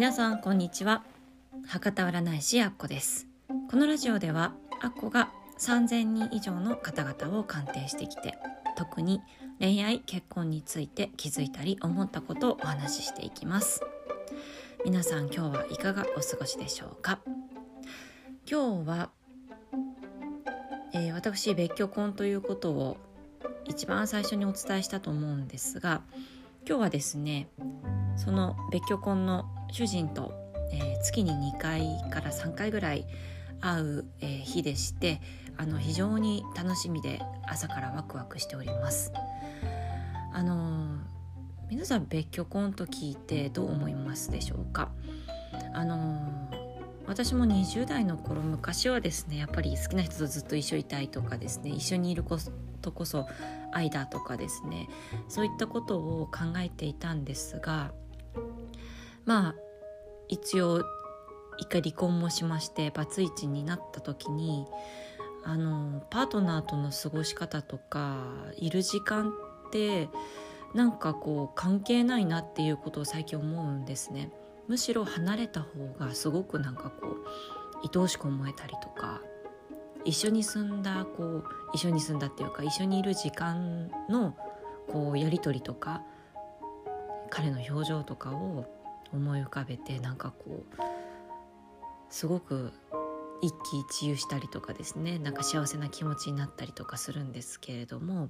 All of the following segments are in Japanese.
皆さんこんにちは。博多占い師アッコです。このラジオではアッコが3000人以上の方々を鑑定してきて、特に恋愛結婚について気づいたり思ったことをお話ししていきます。皆さん今日はいかがお過ごしでしょうか。今日は、私別居婚ということを一番最初にお伝えしたと思うんですが、今日はですね、その別居婚の主人と、月に2回から3回ぐらい会う、日でして、非常に楽しみで朝からワクワクしております。皆さん別居婚と聞いてどう思いますでしょうか。私も20代の頃、昔はですね、やっぱり好きな人とずっと一緒にいたいとかですね、一緒にいることこそ愛だとかですね、そういったことを考えていたんですが、一応一回離婚もしまして、バツイチになった時にパートナーとの過ごし方とかいる時間ってなんか関係ないなっていうことを最近思うんですね。むしろ離れた方がすごく愛おしく思えたりとか、一緒に住んだっていうか、一緒にいる時間のやり取りとか彼の表情とかを思い浮かべて、すごく一喜一憂したりとかですね、幸せな気持ちになったりとかするんですけれども、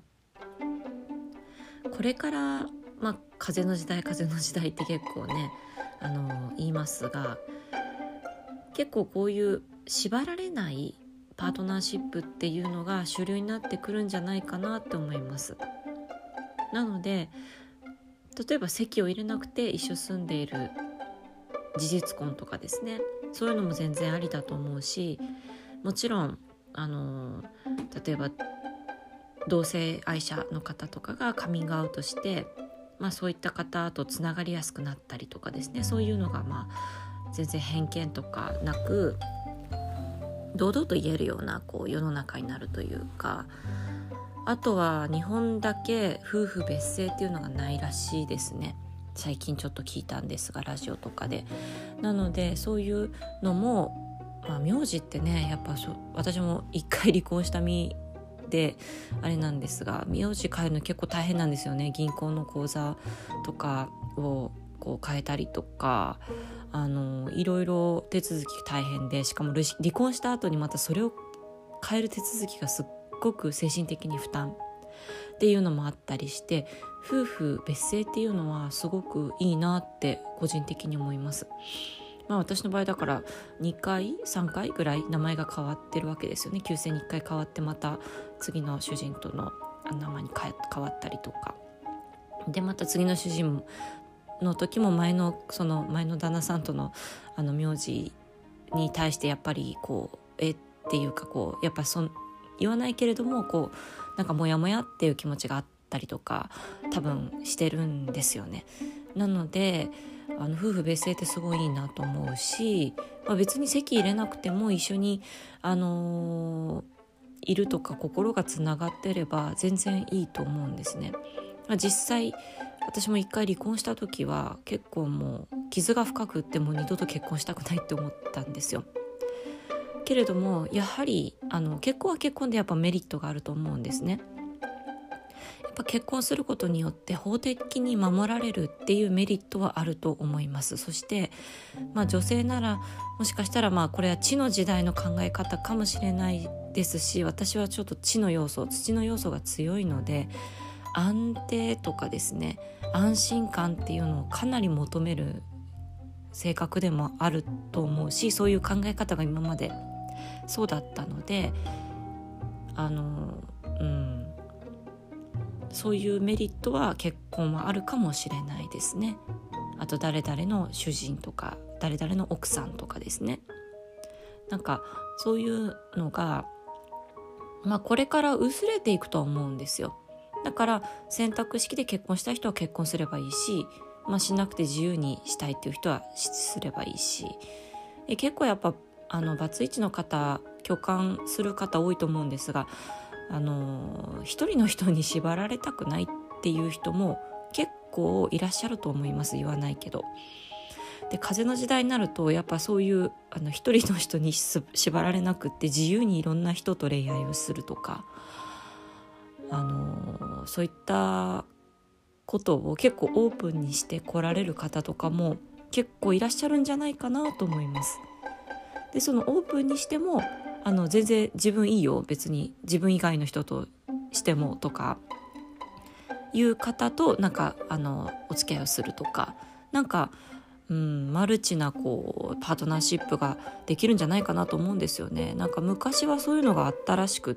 これから、風の時代って結構ね言いますが、結構こういう縛られないパートナーシップっていうのが主流になってくるんじゃないかなって思います。なので、例えば籍を入れなくて一緒住んでいる事実婚とかですね、そういうのも全然ありだと思うし、もちろん例えば同性愛者の方とかがカミングアウトして、そういった方とつながりやすくなったりとかですね、そういうのが全然偏見とかなく堂々と言えるような世の中になるというか、あとは日本だけ夫婦別姓っていうのがないらしいですね。最近ちょっと聞いたんですが、ラジオとかで。なのでそういうのも、名字ってね、やっぱ私も一回離婚した身であれなんですが、名字変えるの結構大変なんですよね。銀行の口座とかを変えたりとか、いろいろ手続き大変で、しかも離婚した後にまたそれを変える手続きがすっごく精神的に負担っていうのもあったりして、夫婦別姓っていうのはすごくいいなって個人的に思います。私の場合だから2回3回ぐらい名前が変わってるわけですよね。旧姓に1回変わって、また次の主人との名前に変わったりとかで、また次の主人の時も前の旦那さんとの名字に対してやっぱりっていうかやっぱ言わないけれどもモヤモヤっていう気持ちがあったりとか多分してるんですよね。なので夫婦別姓ってすごいいいなと思うし、別に籍入れなくても一緒にいるとか心がつながってれば全然いいと思うんですね。実際私も一回離婚した時は結構もう傷が深くって、もう二度と結婚したくないって思ったんですよ。けれどもやはり結婚は結婚でやっぱメリットがあると思うんですね。やっぱ結婚することによって法的に守られるっていうメリットはあると思います。そして、女性ならもしかしたらこれは地の時代の考え方かもしれないですし、私はちょっと土の要素が強いので、安定とかですね、安心感っていうのをかなり求める性格でもあると思うし、そういう考え方が今までそうだったので、そういうメリットは結婚はあるかもしれないですね。あと誰々の主人とか誰々の奥さんとかですね、そういうのがこれから薄れていくとは思うんですよ。だから選択式で結婚したい人は結婚すればいいし、しなくて自由にしたいっていう人はすればいいし、結構やっぱバツイチの方共感する方多いと思うんですが、一人の人に縛られたくないっていう人も結構いらっしゃると思います。言わないけど。 で風の時代になるとやっぱそういう一人の人に縛られなくって自由にいろんな人と恋愛をするとか、そういったことを結構オープンにして来られる方とかも結構いらっしゃるんじゃないかなと思います。でそのオープンにしても全然自分いいよ、別に自分以外の人としてもとかいう方となんかお付き合いをするとか、なんかマルチなパートナーシップができるんじゃないかなと思うんですよね。なんか昔はそういうのがあったらしくって、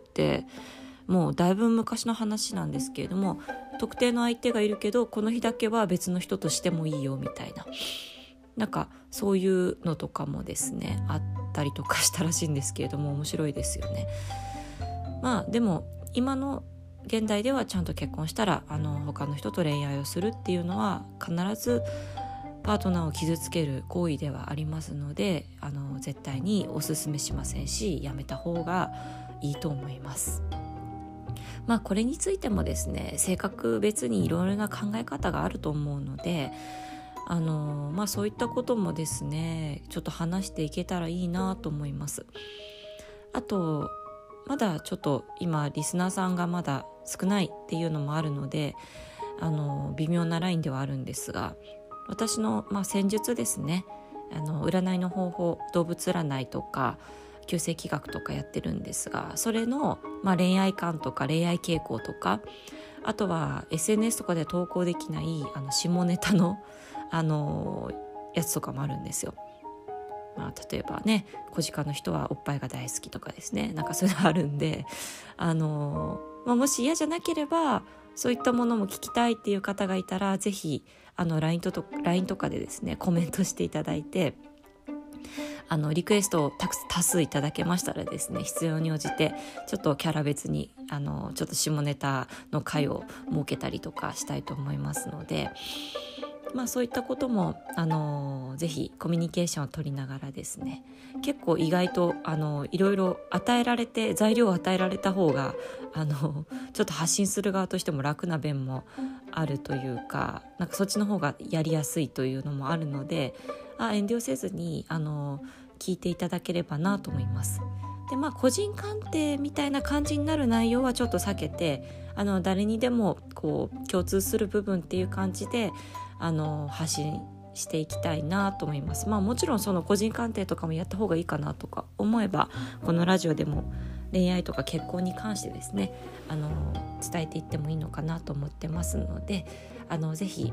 もうだいぶ昔の話なんですけれども、特定の相手がいるけどこの日だけは別の人としてもいいよみたいな、なんかそういうのとかもですねあったりとかしたらしいんですけれども、面白いですよね。まあでも今の現代ではちゃんと結婚したら他の人と恋愛をするっていうのは必ずパートナーを傷つける行為ではありますので、絶対にお勧めしませんし、やめた方がいいと思います。まあこれについてもですね、性格別にいろいろな考え方があると思うので、そういったこともですねちょっと話していけたらいいなと思います。あとまだちょっと今リスナーさんがまだ少ないっていうのもあるので微妙なラインではあるんですが、私の、戦術ですね、占いの方法、動物占いとか九星気学とかやってるんですが、それの、恋愛観とか恋愛傾向とか、あとは SNS とかで投稿できない下ネタの、やつとかもあるんですよ。例えばね、小鹿の人はおっぱいが大好きとかですね、なんかそういうのあるんでもし嫌じゃなければそういったものも聞きたいっていう方がいたら、ぜひLINE とかでですねコメントしていただいて、リクエストを多数いただけましたらですね、必要に応じてちょっとキャラ別にちょっと下ネタの回を設けたりとかしたいと思いますので、そういったこともぜひコミュニケーションを取りながらですね、結構意外といろいろ材料を与えられた方がちょっと発信する側としても楽な面もあるというか、なんかそっちの方がやりやすいというのもあるので、遠慮せずに聞いていただければなと思います。で個人鑑定みたいな感じになる内容はちょっと避けて、誰にでも共通する部分っていう感じで発信していきたいなと思います。もちろんその個人鑑定とかもやった方がいいかなとか思えば、このラジオでも恋愛とか結婚に関してですね伝えていってもいいのかなと思ってますので、ぜひ、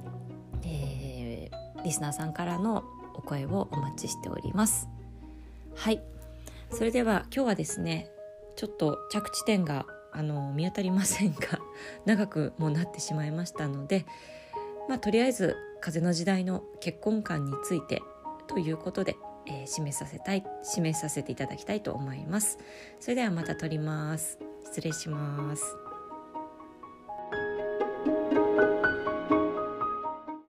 リスナーさんからのお声をお待ちしております。はい、それでは今日はですねちょっと着地点が見当たりませんが長くもなってしまいましたので、とりあえず風の時代の結婚観についてということで、締めさせていただきたいと思います。それではまた撮ります。失礼します。